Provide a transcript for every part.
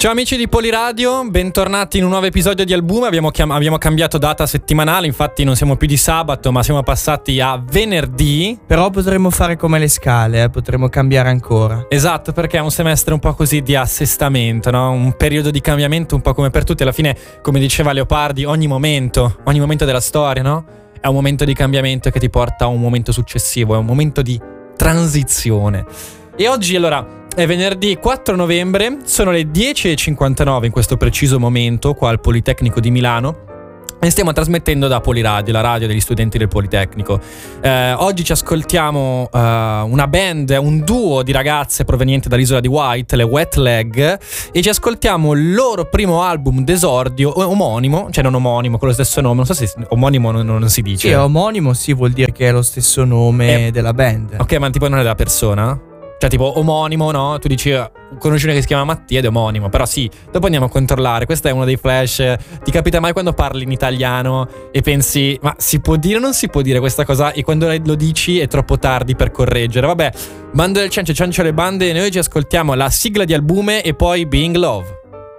Ciao amici di Poliradio, bentornati in un nuovo episodio di Album. Abbiamo cambiato data settimanale, infatti non siamo più di sabato ma siamo passati a venerdì. Però potremmo fare come le scale, potremmo cambiare ancora. Esatto, perché è un semestre un po' così di assestamento, no? Un periodo di cambiamento un po' come per tutti. Alla fine, come diceva Leopardi, ogni momento della storia, no? È un momento di cambiamento che ti porta a un momento successivo, è un momento di transizione. E oggi allora è venerdì 4 novembre, sono le 10:59 in questo preciso momento qua al Politecnico di Milano e stiamo trasmettendo da Poliradio, la radio degli studenti del Politecnico. Oggi ci ascoltiamo una band, un duo di ragazze provenienti dall'isola di Wight, le Wet Leg, e ci ascoltiamo il loro primo album d'esordio omonimo, cioè non omonimo, con lo stesso nome, non so se omonimo non si dice. Sì, omonimo sì, vuol dire che è lo stesso nome della band. Ok, ma tipo non è della persona? Cioè tipo omonimo, no? Tu dici conosci uno che si chiama Mattia ed è omonimo. Però sì, dopo andiamo a controllare. Questo è uno dei flash. Ti capita mai quando parli in italiano e pensi ma si può dire o non si può dire questa cosa? E quando lo dici è troppo tardi per correggere. Vabbè, bando del ciancio alle bande. Noi ci ascoltiamo la sigla di Albume e poi Being Love.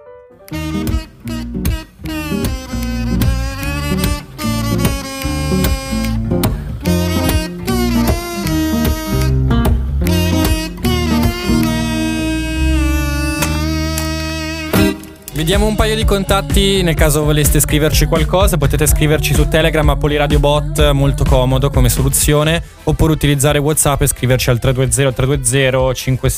Vi diamo un paio di contatti nel caso voleste scriverci qualcosa. Potete scriverci su Telegram a Poliradio Bot, molto comodo come soluzione, oppure utilizzare WhatsApp e scriverci al 320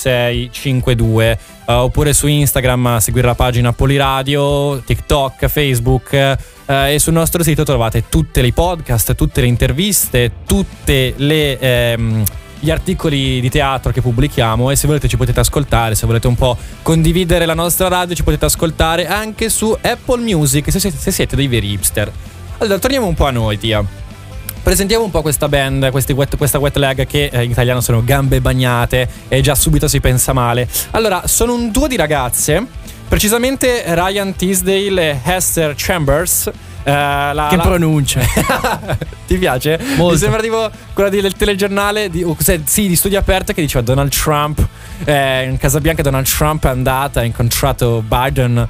5652, oppure su Instagram seguire la pagina Poliradio, TikTok, Facebook, e sul nostro sito trovate tutte le podcast, tutte le interviste, tutte le gli articoli di teatro che pubblichiamo, e se volete ci potete ascoltare, se volete un po' condividere la nostra radio ci potete ascoltare anche su Apple Music se siete dei veri hipster. Allora torniamo un po' a noi, Tia. Presentiamo un po' questa band, questa Wet Leg, che in italiano sono gambe bagnate e già subito si pensa male. Allora, sono un duo di ragazze, precisamente Ryan Teasdale e Hester Chambers. Che pronuncia. Ti piace? Molto. Mi sembra tipo quella del telegiornale di Studio Aperto che diceva Donald Trump in Casa Bianca. Donald Trump è andata, ha incontrato Biden.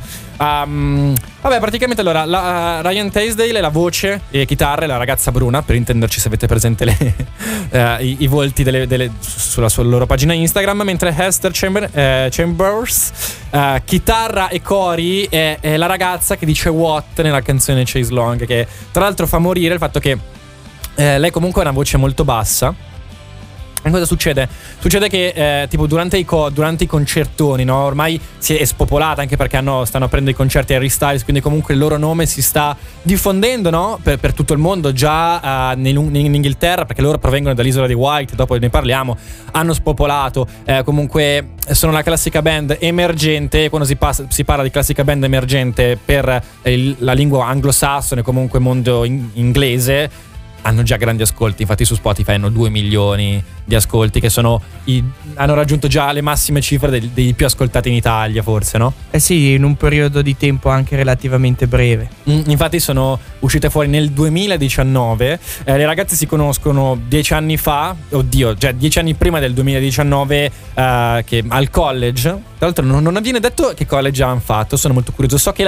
Vabbè, praticamente allora Ryan Teasdale è la voce e chitarra, la ragazza bruna, per intenderci, se avete presente i volti sulla loro pagina Instagram, mentre Hester Chambers chitarra e cori è la ragazza che dice what nella canzone Chase Long, che tra l'altro fa morire il fatto che lei comunque ha una voce molto bassa. E cosa succede? Succede che tipo durante i concertoni, no? Ormai si è spopolata, anche perché stanno aprendo i concerti Harry Styles, quindi comunque il loro nome si sta diffondendo, no? per tutto il mondo, già in Inghilterra, perché loro provengono dall'isola di Wight, dopo ne parliamo, hanno spopolato, comunque sono la classica band emergente. Quando si parla di classica band emergente per la lingua anglosassone, comunque mondo inglese, hanno già grandi ascolti. Infatti su Spotify hanno 2 milioni di ascolti, che hanno raggiunto già le massime cifre dei più ascoltati in Italia, forse, no? Eh sì, in un periodo di tempo anche relativamente breve. Infatti sono uscite fuori nel 2019. Le ragazze si conoscono 10 anni fa, cioè 10 anni prima del 2019, che al college. Tra l'altro non viene detto che college hanno fatto, sono molto curioso. So che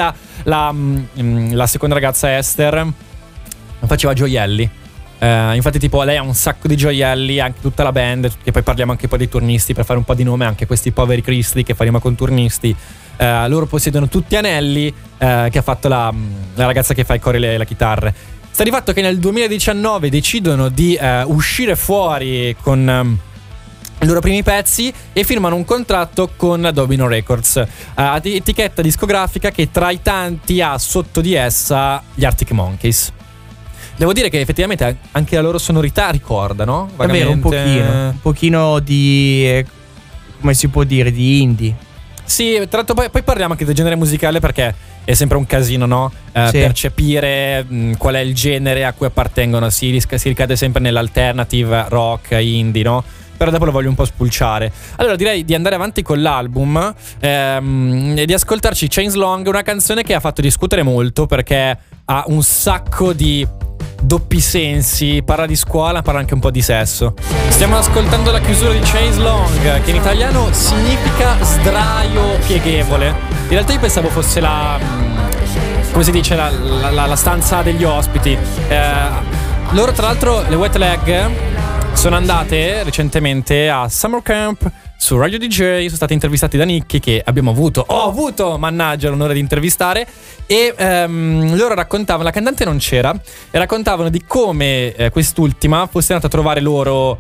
la seconda ragazza, Esther, faceva gioielli. Infatti tipo lei ha un sacco di gioielli, anche tutta la band, che poi parliamo anche poi dei turnisti, per fare un po' di nome, anche questi poveri cristi che faremo con turnisti. Loro possiedono tutti anelli, che ha fatto la ragazza che fa i cori e la chitarra. Sta di fatto che nel 2019 decidono di uscire fuori con i loro primi pezzi e firmano un contratto con la Domino Records, etichetta discografica che tra i tanti ha sotto di essa gli Arctic Monkeys. Devo dire che effettivamente anche la loro sonorità ricorda, no? Davvero, un pochino di, come si può dire, di indie. Sì, tra l'altro poi parliamo anche del genere musicale, perché è sempre un casino, no? Sì. Percepire qual è il genere a cui appartengono. Si ricade sempre nell'alternative, rock, indie, no? Però dopo lo voglio un po' spulciare. Allora direi di andare avanti con l'album e di ascoltarci Chains Long, una canzone che ha fatto discutere molto, perché ha un sacco di doppi sensi, parla di scuola, parla anche un po' di sesso. Stiamo ascoltando la chiusura di Chaise Long, che in italiano significa sdraio pieghevole. In realtà io pensavo fosse come si dice, la stanza degli ospiti. Loro tra l'altro, le Wet Leg, sono andate recentemente a Summer Camp su Radio DJ, sono stati intervistati da Nicky, che ho avuto, mannaggia, l'onore di intervistare, e loro raccontavano, la cantante non c'era, e raccontavano di come quest'ultima fosse andata a trovare loro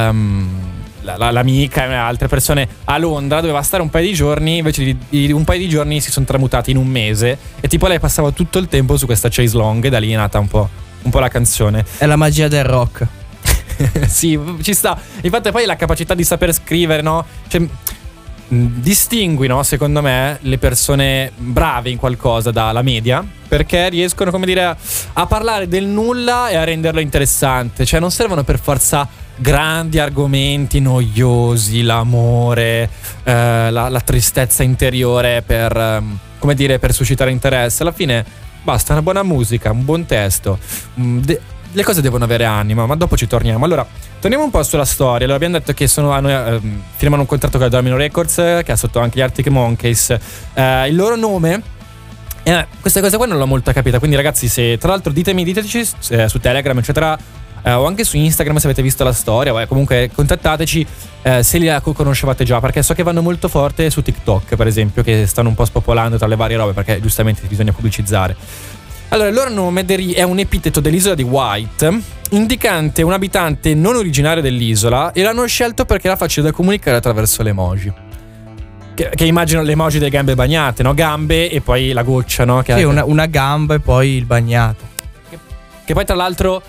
l'amica e altre persone a Londra, doveva stare un paio di giorni, invece di un paio di giorni si sono tramutati in un mese, e tipo lei passava tutto il tempo su questa Chaise Long, e da lì è nata un po' la canzone. È la magia del rock. Sì, ci sta. Infatti poi la capacità di saper scrivere, no? Cioè, distingui, no, secondo me, le persone brave in qualcosa dalla media, perché riescono, come dire, a parlare del nulla e a renderlo interessante. Cioè non servono per forza grandi argomenti noiosi, l'amore, la tristezza interiore per, come dire, per suscitare interesse. Alla fine basta una buona musica, un buon testo. Le cose devono avere anima, ma dopo ci torniamo. Allora, torniamo un po' sulla storia. Allora, abbiamo detto che firmano un contratto con la Domino Records, che ha sotto anche gli Arctic Monkeys. Il loro nome, questa cosa qua non l'ho molto capita. Quindi, ragazzi, se tra l'altro diteci su Telegram, eccetera, o anche su Instagram se avete visto la storia, comunque contattateci se li conoscevate già, perché so che vanno molto forte su TikTok, per esempio, che stanno un po' spopolando tra le varie robe, perché giustamente bisogna pubblicizzare. Allora, il loro nome è un epiteto dell'isola di White, indicante un abitante non originario dell'isola, e l'hanno scelto perché era facile da comunicare attraverso le emoji. Che immagino le emoji delle gambe bagnate, no? Gambe e poi la goccia, no? Sì, una gamba e poi il bagnato. Che poi tra l'altro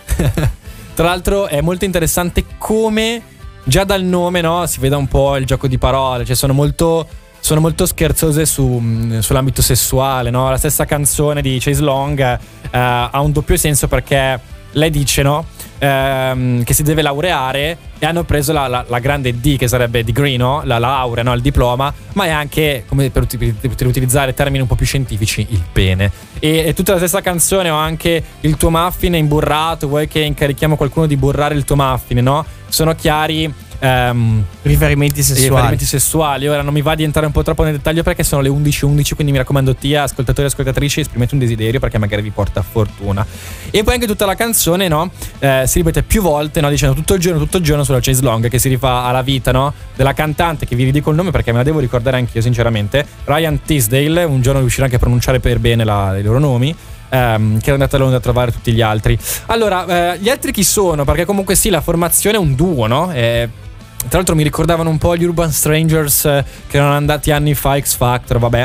è molto interessante come già dal nome, no, si veda un po' il gioco di parole. Cioè sono molto scherzose sull'ambito sessuale, no? La stessa canzone di Chaise Long ha un doppio senso, perché lei dice, no, che si deve laureare, e hanno preso la grande D, che sarebbe degree, no? La laurea, no? Il diploma, ma è anche, come per utilizzare termini un po' più scientifici, il pene. E tutta la stessa canzone ho anche il tuo muffin è imburrato, vuoi che incarichiamo qualcuno di burrare il tuo muffin, no? Sono chiari riferimenti sessuali. Ora non mi va di entrare un po' troppo nel dettaglio, perché sono le 11:11, quindi mi raccomando, ascoltatori e ascoltatrici, esprimete un desiderio, perché magari vi porta fortuna. E poi anche tutta la canzone, no, si ripete più volte, no, dicendo tutto il giorno sulla Chaise Long, che si rifà alla vita, no, della cantante, che vi ridico il nome perché me la devo ricordare anch'io sinceramente, Ryan Tisdale. Un giorno riuscirò anche a pronunciare per bene i loro nomi. Che era andata a Londra a trovare tutti gli altri. Allora, gli altri chi sono? Perché comunque sì, la formazione è un duo, no? Tra l'altro mi ricordavano un po' gli Urban Strangers, che erano andati anni fa a X Factor, vabbè,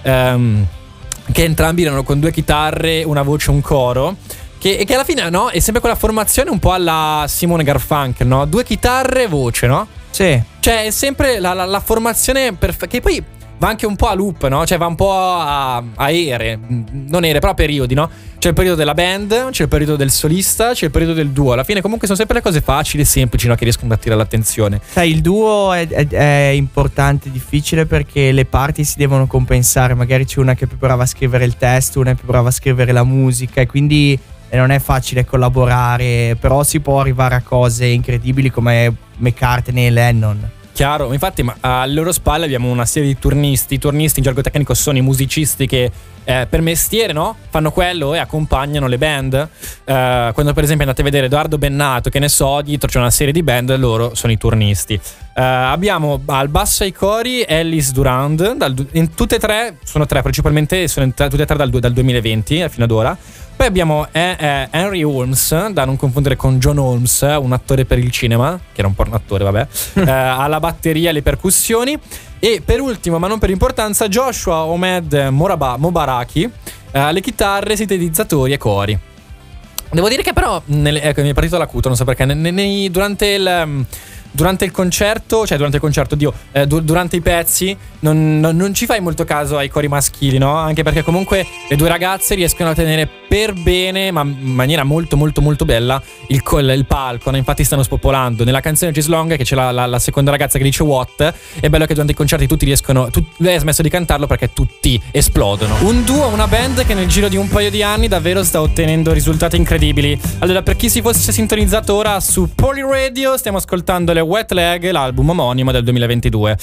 che entrambi erano con 2 chitarre, una voce e un coro, che alla fine, no, è sempre quella formazione un po' alla Simone Garfunkel, no? 2 chitarre e voce, no? Sì. Cioè è sempre la formazione perfetta, che poi va anche un po' a loop, no? Cioè va un po' a ere, non ere, però a periodi, no? C'è il periodo della band, c'è il periodo del solista, c'è il periodo del duo. Alla fine comunque sono sempre le cose facili e semplici, no? Che riescono ad attirare l'attenzione. Sai, il duo è importante, difficile, perché le parti si devono compensare. Magari c'è una che è più brava a scrivere il testo, una è più brava a scrivere la musica, e quindi non è facile collaborare, però si può arrivare a cose incredibili come McCartney e Lennon. Chiaro, infatti alle loro spalle abbiamo una serie di turnisti. I turnisti in gergo tecnico sono i musicisti che per mestiere, no, fanno quello e accompagnano le band. Quando per esempio andate a vedere Edoardo Bennato, che ne so, dietro c'è una serie di band, loro sono i turnisti. Abbiamo al basso ai cori Alice Durand, tutte e tre, sono tre principalmente, sono tutte e tre dal 2020 fino ad ora. Poi abbiamo Henry Holmes, da non confondere con John Holmes, un attore per il cinema, che era un porno attore, vabbè, alla batteria e le percussioni. E per ultimo, ma non per importanza, Joshua Omed Mobaraki, alle chitarre, sintetizzatori e cori. Devo dire che però, ecco, mi è partito l'acuto, non so perché, durante durante il concerto, durante i pezzi non ci fai molto caso ai cori maschili, no? Anche perché comunque le due ragazze riescono a tenere per bene, ma in maniera molto molto molto bella, il palco, no? Infatti stanno spopolando. Nella canzone She's Long, che c'è la seconda ragazza che dice what, è bello che durante i concerti tutti riescono, lei ha smesso di cantarlo perché tutti esplodono. Un duo, una band che nel giro di un paio di anni davvero sta ottenendo risultati incredibili. Allora, per chi si fosse sintonizzato ora su Poly Radio, stiamo ascoltando le Wet Leg, l'album omonimo del 2022.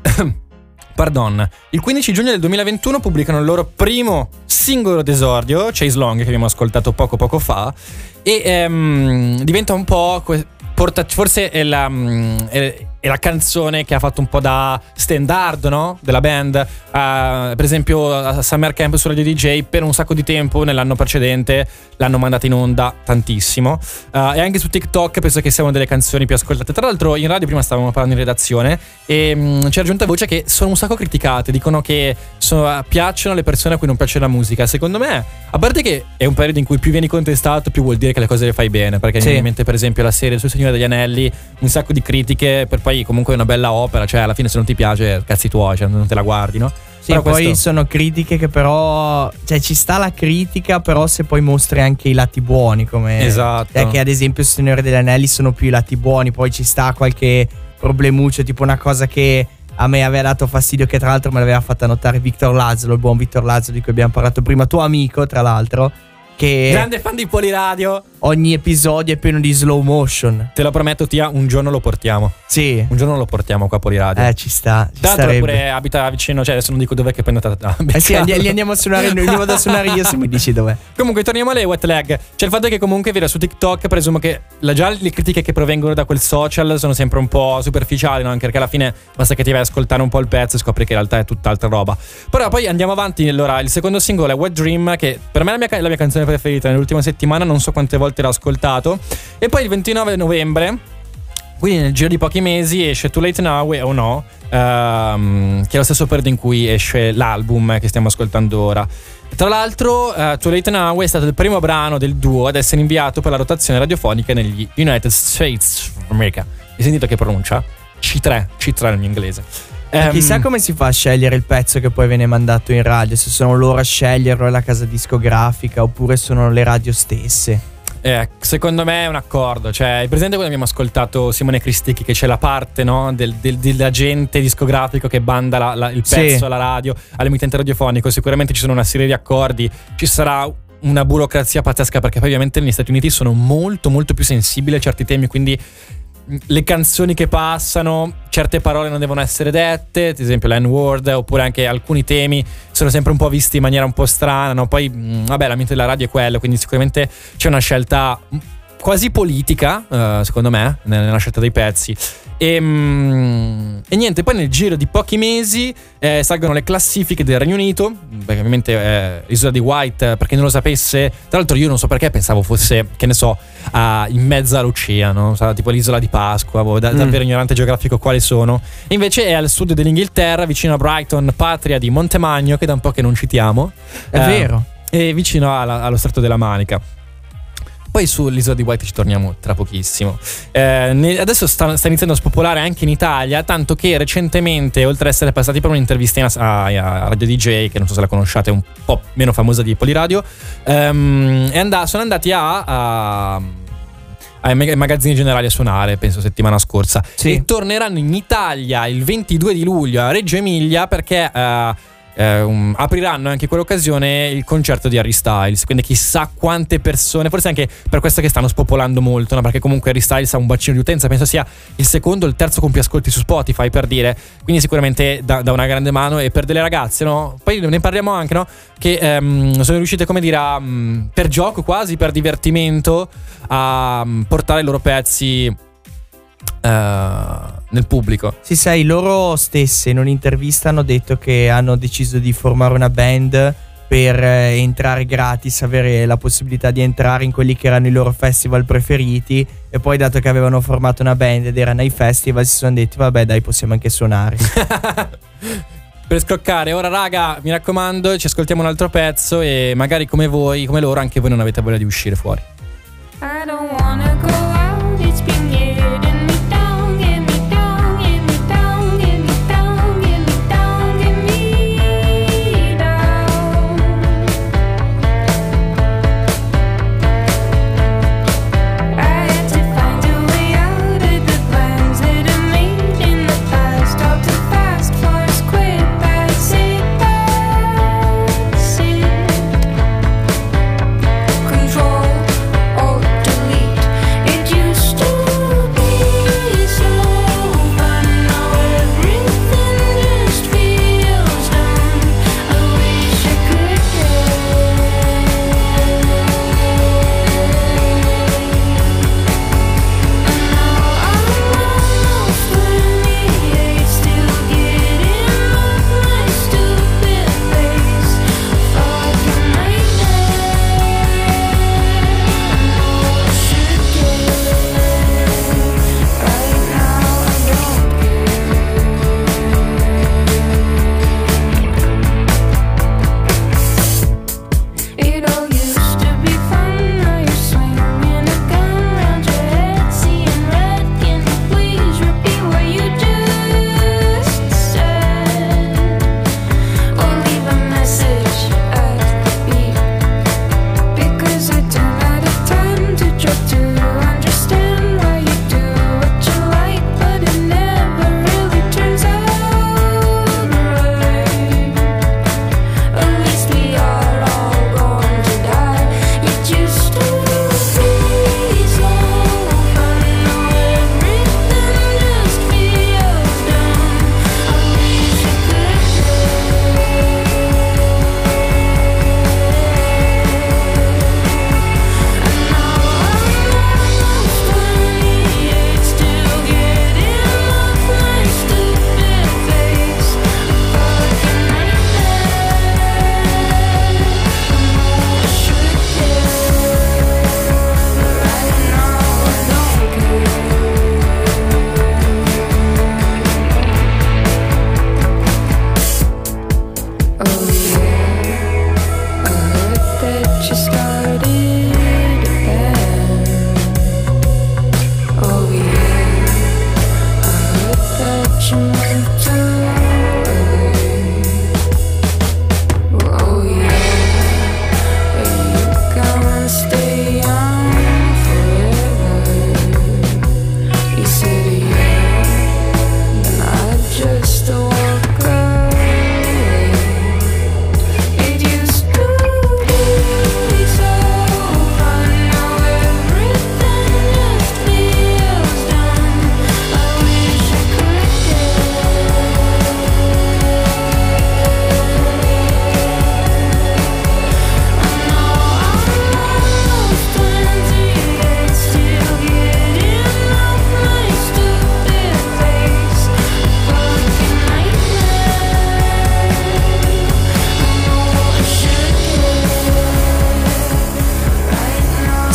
Pardon. Il 15 giugno del 2021 pubblicano il loro primo singolo d'esordio, Chase Long, che abbiamo ascoltato poco fa, e diventa un po' forse è la canzone che ha fatto un po' da standard, no? Della band. Per esempio a Summer Camp su Radio DJ per un sacco di tempo nell'anno precedente l'hanno mandata in onda tantissimo, e anche su TikTok penso che sia una delle canzoni più ascoltate. Tra l'altro in radio prima stavamo parlando in redazione e c'era giunta voce che sono un sacco criticate, dicono che piacciono le persone a cui non piace la musica. Secondo me, a parte che è un periodo in cui più vieni contestato più vuol dire che le cose le fai bene, perché sì. In mente per esempio la serie sul Signore degli Anelli, un sacco di critiche, per poi comunque è una bella opera, cioè alla fine se non ti piace cazzi tuoi, cioè non te la guardi, no? Sì, però poi sono critiche che però, cioè ci sta la critica, però se poi mostri anche i lati buoni, come esatto, che ad esempio sul Signore degli Anelli sono più i lati buoni, poi ci sta qualche problemuccio, tipo una cosa che a me aveva dato fastidio, che tra l'altro me l'aveva fatta notare Victor Lazlo, il buon Victor Lazlo di cui abbiamo parlato prima, tuo amico tra l'altro, che grande fan di Poliradio. Ogni episodio è pieno di slow motion. Te lo prometto, Tia, un giorno lo portiamo. Sì. Un giorno lo portiamo qua a Poliradio. Ci sta. Tra l'altro pure abita vicino, cioè adesso non dico dov'è che poi andate a sì, li andiamo a suonare noi, li vado a suonare io se mi dici dov'è. Comunque torniamo alle Wet Leg. C'è il fatto che comunque vedo su TikTok, presumo che già le critiche che provengono da quel social sono sempre un po' superficiali, no? Anche perché alla fine basta che ti vai a ascoltare un po' il pezzo e scopri che in realtà è tutt'altra roba. Però poi andiamo avanti. Allora, il secondo singolo è Wet Dream, che per me è la mia canzone preferita nell'ultima settimana, non so quante volte l'ho ascoltato. E poi il 29 novembre, quindi nel giro di pochi mesi, esce Too Late Now o No, che è lo stesso periodo in cui esce l'album che stiamo ascoltando ora. Tra l'altro Too Late Now è stato il primo brano del duo ad essere inviato per la rotazione radiofonica negli United States of America. Hai sentito che pronuncia? C3 nel mio inglese. Chissà come si fa a scegliere il pezzo che poi viene mandato in radio, se sono loro a sceglierlo, è la casa discografica oppure sono le radio stesse. Secondo me è un accordo. Cioè, presente quando abbiamo ascoltato Simone Cristicchi, che c'è la parte, no, dell'agente discografico che banda il pezzo, sì, alla radio, all'emittente radiofonico. Sicuramente ci sono una serie di accordi, ci sarà una burocrazia pazzesca, perché poi ovviamente negli Stati Uniti sono molto molto più sensibili a certi temi, quindi le canzoni che passano, certe parole non devono essere dette, ad esempio l'N-word, oppure anche alcuni temi sono sempre un po' visti in maniera un po' strana, no? Poi vabbè, la mente della radio è quello, quindi sicuramente c'è una scelta quasi politica, secondo me, nella scelta dei pezzi. E niente, poi nel giro di pochi mesi salgono le classifiche del Regno Unito, perché ovviamente l'isola di White, per chi non lo sapesse, tra l'altro io non so perché pensavo fosse, che ne so, in mezzo all'oceano, tipo l'isola di Pasqua, davvero ignorante geografico quali sono. E invece è al sud dell'Inghilterra, vicino a Brighton, patria di Montemagno, che da un po' che non citiamo. È vero. E vicino allo Stretto della Manica. Poi sull'isola di White ci torniamo tra pochissimo. Adesso sta iniziando a spopolare anche in Italia, tanto che recentemente, oltre ad essere passati per un'intervista a Radio DJ, che non so se la conosciate, è un po' meno famosa di Poliradio, sono andati ai magazzini generali a suonare, penso settimana scorsa, sì, e torneranno in Italia il 22 di luglio a Reggio Emilia, perché apriranno anche in quell'occasione il concerto di Harry Styles, quindi chissà quante persone, forse anche per questo che stanno spopolando molto, no? Perché comunque Harry Styles ha un bacino di utenza, penso sia il secondo o il terzo con più ascolti su Spotify, per dire, quindi sicuramente dà una grande mano. E per delle ragazze, no? Poi ne parliamo anche, no? Che sono riuscite, come dire, per gioco, quasi per divertimento, a portare i loro pezzi nel pubblico. Sì, sai, loro stesse in un'intervista hanno detto che hanno deciso di formare una band per entrare gratis, avere la possibilità di entrare in quelli che erano i loro festival preferiti, e poi dato che avevano formato una band ed erano ai festival si sono detti vabbè dai, possiamo anche suonare. Per scroccare. Ora raga, mi raccomando, ci ascoltiamo un altro pezzo e magari come voi, come loro, anche voi non avete voglia di uscire fuori. I don't wanna go out, it's been getting me down,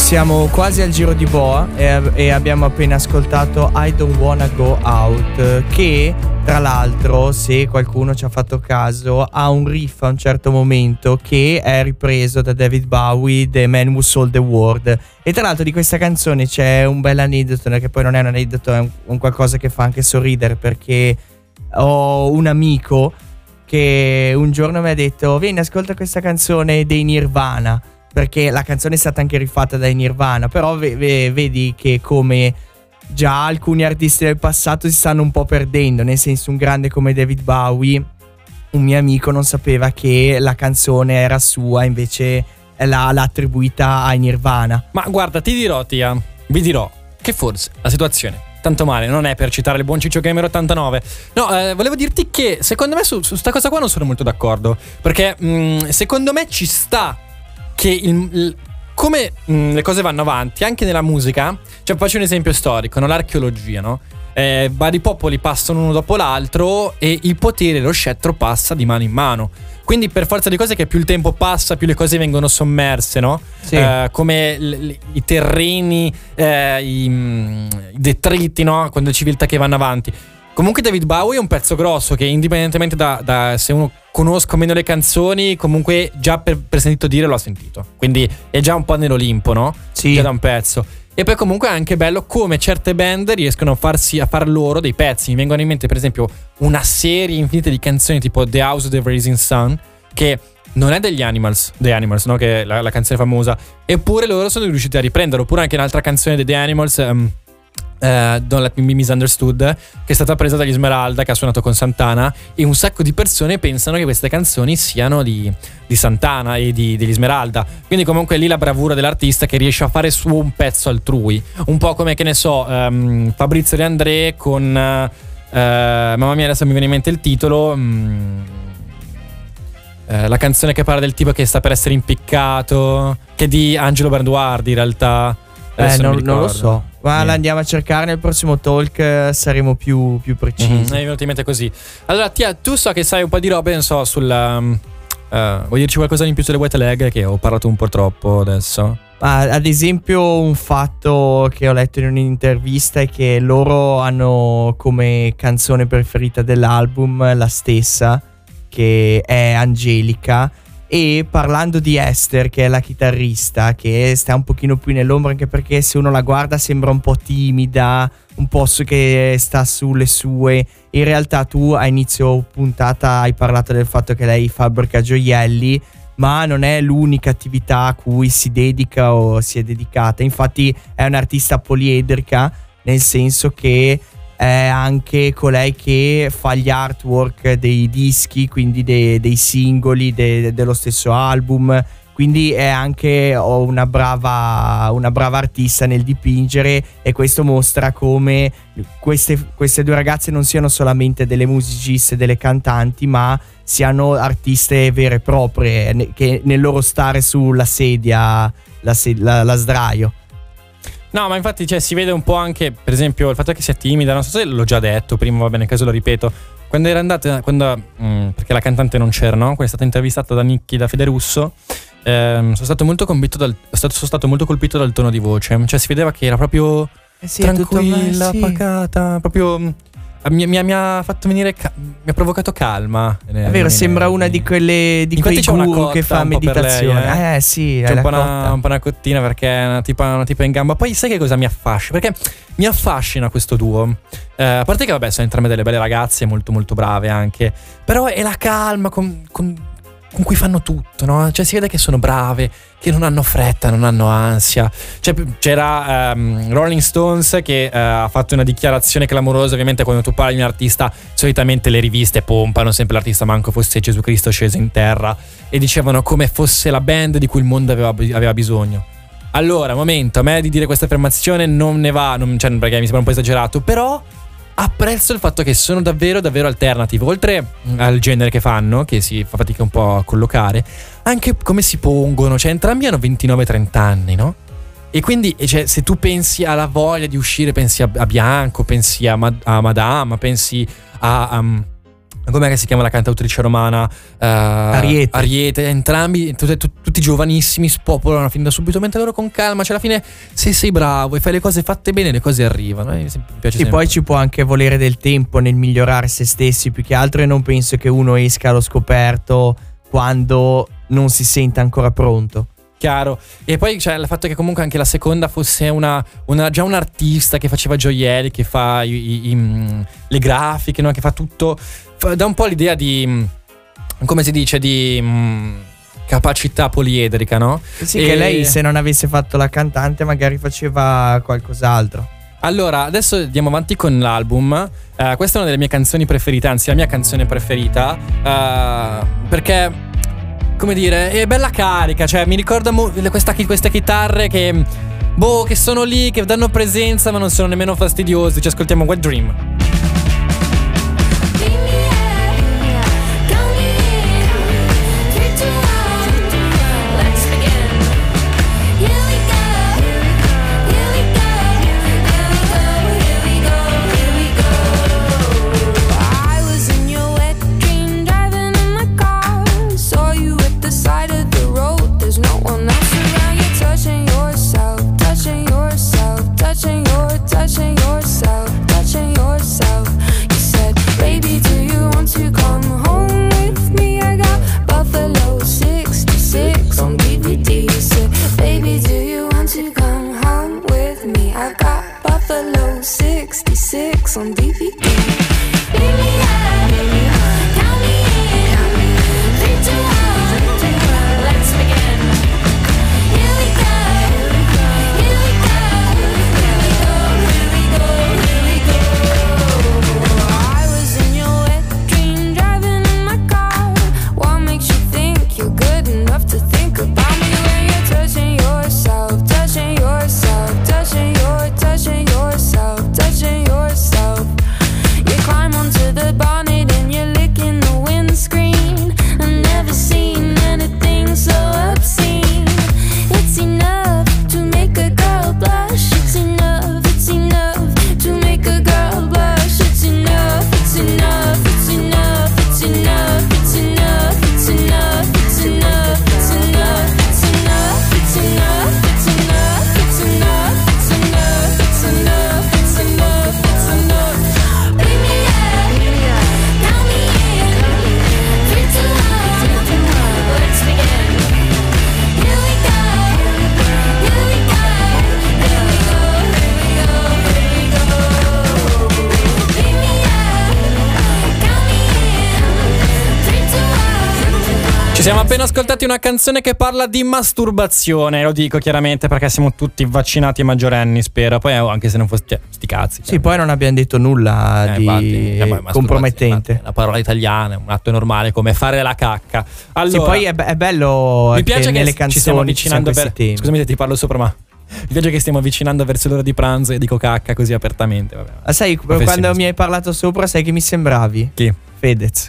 Siamo quasi al giro di boa e abbiamo appena ascoltato I Don't Wanna Go Out, che tra l'altro, se qualcuno ci ha fatto caso, ha un riff a un certo momento che è ripreso da David Bowie, The Man Who Sold the World. E tra l'altro di questa canzone c'è un bel aneddoto, che poi non è un aneddoto, è un qualcosa che fa anche sorridere, perché ho un amico che un giorno mi ha detto: vieni, ascolta questa canzone dei Nirvana, perché la canzone è stata anche rifatta dai Nirvana, però vedi che come già alcuni artisti del passato si stanno un po' perdendo, nel senso, un grande come David Bowie, un mio amico non sapeva che la canzone era sua, invece l'ha attribuita ai Nirvana. Ma guarda, ti dirò, Tia, vi dirò che forse la situazione tanto male non è, per citare il buon Ciccio Gamer 89. No, volevo dirti che secondo me su sta cosa qua non sono molto d'accordo, perché secondo me ci sta che come le cose vanno avanti anche nella musica. Cioè, faccio un esempio storico, no? L'archeologia, no? Vari popoli passano uno dopo l'altro e il potere, lo scettro, passa di mano in mano. Quindi per forza di cose, che più il tempo passa, più le cose vengono sommerse, no? Sì. Come i terreni, i detriti, no? Quando le civiltà che vanno avanti. Comunque David Bowie è un pezzo grosso che, indipendentemente da se uno conosco meno le canzoni, comunque già per sentito dire l'ho sentito. Quindi è già un po' nell'Olimpo, no? Sì. Già da un pezzo. E poi comunque è anche bello come certe band riescono a far loro dei pezzi. Mi vengono in mente per esempio una serie infinita di canzoni tipo The House of the Rising Sun, che non è degli Animals, The Animals, no? Che è la canzone famosa. Eppure loro sono riusciti a riprenderlo. Oppure anche un'altra canzone dei The Animals, Don't Let Me Be Misunderstood, che è stata presa dagli Esmeralda, che ha suonato con Santana, e un sacco di persone pensano che queste canzoni siano di Santana e degli Esmeralda. Quindi comunque è lì la bravura dell'artista, che riesce a fare su un pezzo altrui, un po' come, che ne so, Fabrizio De André con mamma mia, adesso mi viene in mente il titolo, la canzone che parla del tipo che sta per essere impiccato, che è di Angelo Branduardi in realtà. Non lo so, ma la andiamo a cercare nel prossimo talk, saremo più precisi. Mi è venuto in mente così. Allora, Tia, tu so che sai un po' di robe, non so, vuoi dirci qualcosa in più sulle Wet Leg, che ho parlato un po' troppo adesso? Ad esempio, un fatto che ho letto in un'intervista è che loro hanno come canzone preferita dell'album la stessa, che è Angelica. E parlando di Esther, che è la chitarrista, che sta un pochino più nell'ombra, anche perché se uno la guarda sembra un po' timida, un po' che sta sulle sue. In realtà tu a inizio puntata hai parlato del fatto che lei fabbrica gioielli, ma non è l'unica attività a cui si dedica o si è dedicata. Infatti è un'artista poliedrica, nel senso che è anche colei che fa gli artwork dei dischi, quindi dei singoli dello stesso album. Quindi è anche una brava artista nel dipingere, e questo mostra come queste due ragazze non siano solamente delle musiciste, delle cantanti, ma siano artiste vere e proprie, che nel loro stare sulla sedia la sdraio. No, ma infatti, cioè, si vede un po' anche, per esempio, il fatto che sia timida. Non so se l'ho già detto prima, va bene, in caso lo ripeto. Quando era andata, perché la cantante non c'era, no? Quando è stata intervistata da Nicchi, da Fede Russo, sono stato molto colpito dal tono di voce. Cioè, si vedeva che era proprio tranquilla, pacata, proprio. Mi ha fatto venire, mi ha provocato calma. È vero, sembra una di quelle di quei guru che fa meditazione. Lei, sì, c'è un po' una cottina, perché è una tipa in gamba. Poi sai che cosa mi affascina? Perché mi affascina questo duo. A parte che vabbè, sono entrambe delle belle ragazze, molto molto brave anche. Però è la calma con cui fanno tutto, no? Cioè, si vede che sono brave, che non hanno fretta, non hanno ansia. Cioè, c'era Rolling Stones che ha fatto una dichiarazione clamorosa. Ovviamente quando tu parli di un artista, solitamente le riviste pompano sempre l'artista, manco fosse Gesù Cristo sceso in terra, e dicevano come fosse la band di cui il mondo aveva bisogno. Allora, momento, a me di dire questa affermazione non ne va, cioè, perché mi sembra un po' esagerato, però apprezzo il fatto che sono davvero davvero alternative, oltre al genere che fanno, che si fa fatica un po' a collocare, anche come si pongono. Cioè, entrambi hanno 29-30 anni, no? E quindi, cioè, se tu pensi alla voglia di uscire, pensi a Bianco, pensi a Madama, pensi a com'è che si chiama la cantautrice romana? Ariete. Entrambi, tutti giovanissimi, spopolano fin da subito, mentre loro con calma, cioè alla fine se sei bravo e fai le cose fatte bene, le cose arrivano. Mi piace sempre. Poi ci può anche volere del tempo nel migliorare se stessi, più che altro, e non penso che uno esca allo scoperto quando non si senta ancora pronto. Chiaro. E poi c'è il fatto che comunque anche la seconda fosse già un artista che faceva gioielli, che fa le grafiche, no? Che fa tutto, dà un po' l'idea di, come si dice, di capacità poliedrica, no? Sì, che lei, se non avesse fatto la cantante, magari faceva qualcos'altro. Allora, adesso andiamo avanti con l'album. Questa è una delle mie canzoni preferite, anzi la mia canzone preferita, perché, come dire, è bella carica, cioè mi ricorda queste chitarre che sono lì, che danno presenza ma non sono nemmeno fastidiosi. Ci ascoltiamo Wet Dream. On DVD. Beat me up, count me in, 3, 2, 1, let's begin. Here we go, here we go, here we go, here we go, here we go. I was in your wet dream, driving in my car. What makes you think you're good enough to think about me when you're touching yourself, touching yourself, touching yourself, touching yourself. You climb onto the bonnet and you're licking the windscreen. I've never seen anything so obscene. It's enough to make a girl blush. It's enough to make a girl blush. It's enough, it's enough, it's enough, it's enough, it's enough, it's enough, it's enough, it's enough, it's enough, it's enough, it's enough, it's enough, it's enough, it's enough, it's enough, it's enough. Bring me up, count me in, 3, 2, 1, let's begin. Here we go, here we go, here we go, here we go, here we go. Bring me up, count me in, 3, 2, 1. Ci siamo appena ascoltati una canzone che parla di masturbazione. Lo dico chiaramente perché siamo tutti vaccinati e maggiorenni, spero. Poi anche se non fosse, cioè, sti cazzi. Sì, poi non abbiamo detto nulla di poi, compromettente. La parola italiana è un atto normale come fare la cacca. Allora, sì, poi è bello mi piace che nelle canzoni ci stiamo avvicinando temi. Scusami se ti parlo sopra, ma mi piace che stiamo avvicinando verso l'ora di pranzo e dico cacca così apertamente. Vabbè. Sai, quando mi hai parlato sopra, sai che mi sembravi? Chi? Fedez.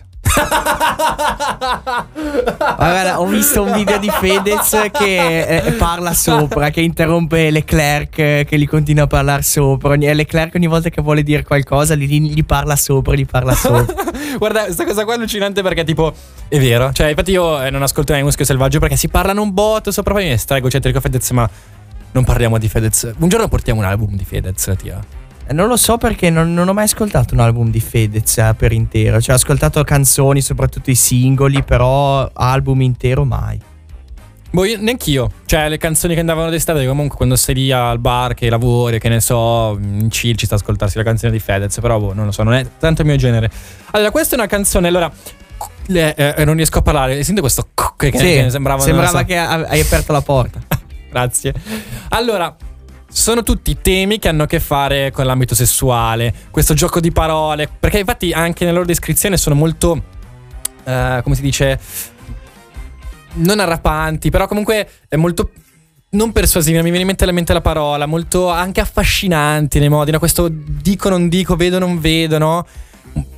Guarda, ho visto un video di Fedez che parla sopra, che interrompe Leclerc, che gli continua a parlare sopra. Leclerc ogni volta che vuole dire qualcosa gli parla sopra, gli parla sopra. Guarda, questa cosa qua è allucinante perché tipo è vero. Cioè infatti io non ascolto mai Muschio Selvaggio perché si parlano un botto sopra. Poi mi sta egocentrico Fedez, ma non parliamo di Fedez. Un giorno portiamo un album di Fedez, tia. Non lo so perché non ho mai ascoltato un album di Fedez per intero. Cioè ho ascoltato canzoni, soprattutto i singoli, però album intero mai. Boh, neanch'io. Cioè le canzoni che andavano d'estate, comunque quando sei lì al bar, che lavori, che ne so, in chill ci sta a ascoltarsi la canzone di Fedez. Però boh, non lo so, non è tanto il mio genere. Allora questa è una canzone, allora non riesco a parlare. Senti questo che sembrava so. Che hai aperto la porta. Grazie. Allora, sono tutti temi che hanno a che fare con l'ambito sessuale, questo gioco di parole, perché infatti anche nella loro descrizione sono molto come si dice, non arrapanti, però comunque è molto non persuasivi, non mi viene in mente la parola, molto anche affascinanti nei modi, no? Questo dico non dico, vedo non vedo, no?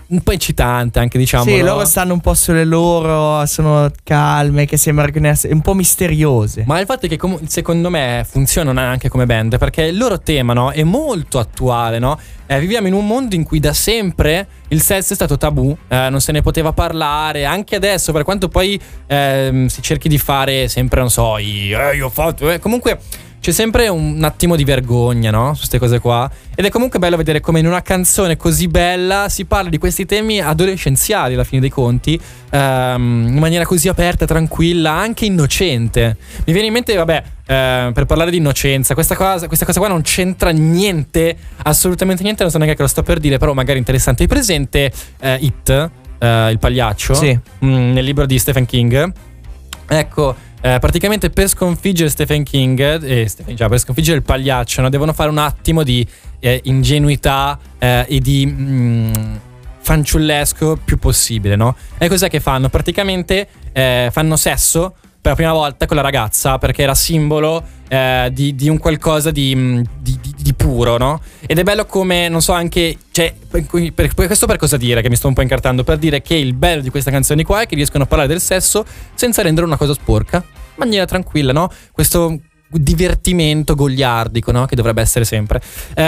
un po' incitante anche, diciamo. Sì, no? loro stanno un po' sulle loro, sono calme, che sembrano un po' misteriose. Ma il fatto è che secondo me funzionano anche come band, perché il loro tema, no, è molto attuale, no? Viviamo in un mondo in cui da sempre il sesso è stato tabù, non se ne poteva parlare, anche adesso, per quanto poi si cerchi di fare sempre, non so, io ho fatto, comunque c'è sempre un attimo di vergogna, no? Su queste cose qua. Ed è comunque bello vedere come in una canzone così bella si parla di questi temi adolescenziali, alla fine dei conti, in maniera così aperta, tranquilla, anche innocente. Mi viene in mente, vabbè, per parlare di innocenza, questa cosa qua non c'entra niente, assolutamente niente, non so neanche che lo sto per dire, però magari interessante. Hai presente It, il pagliaccio? Sì. Nel libro di Stephen King. Ecco, praticamente per sconfiggere Stephen King, per sconfiggere il pagliaccio, no, devono fare un attimo di ingenuità e di fanciullesco più possibile, no? E cos'è che fanno? Praticamente fanno sesso per la prima volta con la ragazza, perché era simbolo di un qualcosa di puro, no? Ed è bello come, non so, anche, cioè, questo per cosa dire, che mi sto un po' incartando, per dire che il bello di queste canzoni qua è che riescono a parlare del sesso senza rendere una cosa sporca, in maniera tranquilla, no? Questo divertimento goliardico, no? Che dovrebbe essere sempre.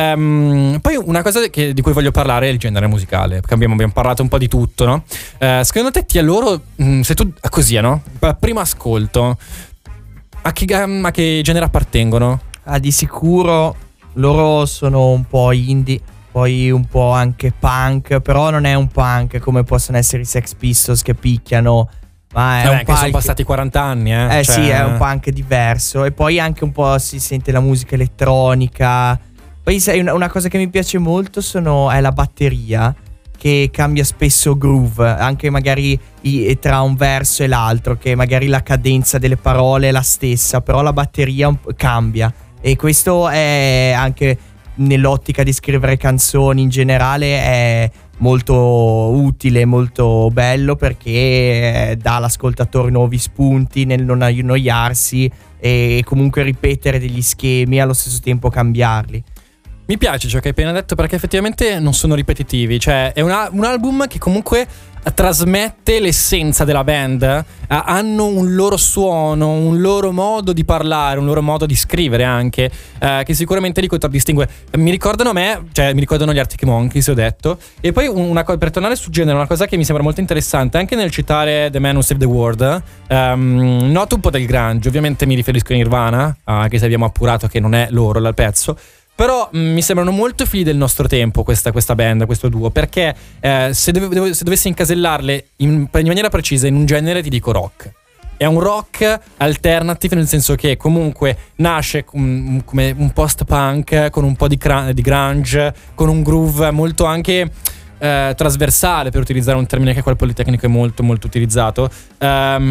Poi una cosa di cui voglio parlare è il genere musicale, perché abbiamo parlato un po' di tutto, no? Secondo te loro, se tu così, no? Primo ascolto, a che genere appartengono? Di sicuro loro sono un po' indie, poi un po' anche punk, però non è un punk come possono essere i Sex Pistols che picchiano, ma è un che punk. sono passati 40 anni, cioè... Sì, è un punk diverso. E poi anche un po' si sente la musica elettronica. Poi sai, una cosa che mi piace molto è la batteria, che cambia spesso groove, anche magari tra un verso e l'altro, che magari la cadenza delle parole è la stessa, però la batteria cambia. E questo è anche nell'ottica di scrivere canzoni in generale è molto utile, molto bello, perché dà all'ascoltatore nuovi spunti nel non annoiarsi e comunque ripetere degli schemi e allo stesso tempo cambiarli. Mi piace ciò che hai appena detto, perché effettivamente non sono ripetitivi, cioè è un album che comunque trasmette l'essenza della band, hanno un loro suono, un loro modo di parlare, un loro modo di scrivere anche, che sicuramente li contraddistingue. Mi ricordano mi ricordano gli Arctic Monkeys, ho detto. E poi per tornare sul genere, una cosa che mi sembra molto interessante, anche nel citare The Man Who Saved the World, noto un po' del grunge, ovviamente mi riferisco a Nirvana, anche se abbiamo appurato che non è loro il pezzo. Però mi sembrano molto figli del nostro tempo questa band, questo duo, perché se dovessi incasellarle in maniera precisa in un genere, ti dico rock. È un rock alternative, nel senso che comunque nasce come un post-punk con un po' di grunge, con un groove molto anche trasversale, per utilizzare un termine che qua al Politecnico è molto molto utilizzato. È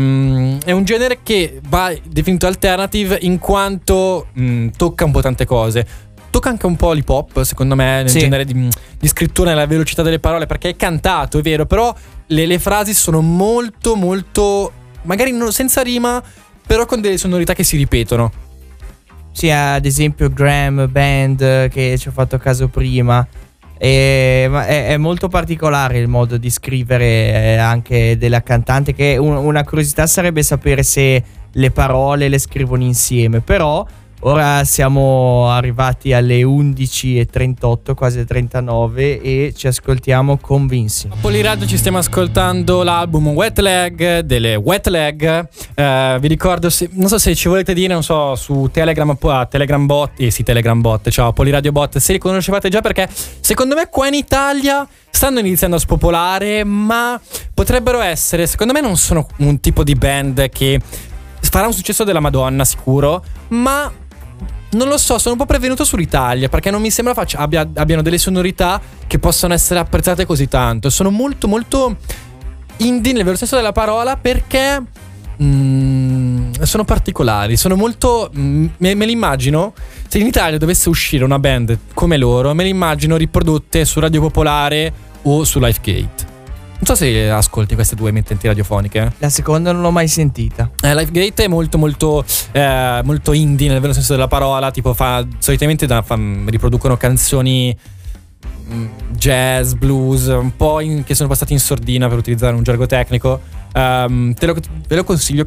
un genere che va definito alternative in quanto tocca un po' tante cose. Tocca anche un po' l'hip hop, secondo me, nel genere di scrittura, nella velocità delle parole, perché è cantato, è vero, però le frasi sono molto molto, magari senza rima, però con delle sonorità che si ripetono. Sì, ad esempio Graham Band, che ci ho fatto caso prima, è molto particolare il modo di scrivere anche della cantante, che una curiosità sarebbe sapere se le parole le scrivono insieme, però ora siamo arrivati alle 11:38, quasi 39, e ci ascoltiamo Convincing. A Poliradio ci stiamo ascoltando l'album Wet Leg delle Wet Leg. Vi ricordo, non so se ci volete dire, non so, su Telegram Bot, Telegram Bot, ciao, Poliradio Bot, se li conoscevate già, perché secondo me qua in Italia stanno iniziando a spopolare, ma potrebbero essere, secondo me non sono un tipo di band che farà un successo della Madonna sicuro, ma non lo so, sono un po' prevenuto sull'Italia, perché non mi sembra abbiano delle sonorità che possano essere apprezzate così tanto. Sono molto molto indie nel vero senso della parola, perché sono particolari, sono molto me li immagino, se in Italia dovesse uscire una band come loro, me li immagino riprodotte su Radio Popolare o su Lifegate. Non so se ascolti queste due emittenti radiofoniche. La seconda non l'ho mai sentita. Lifegate è molto molto molto indie nel vero senso della parola, tipo solitamente riproducono canzoni jazz, blues, un po' che sono passati in sordina, per utilizzare un gergo tecnico. Ve lo consiglio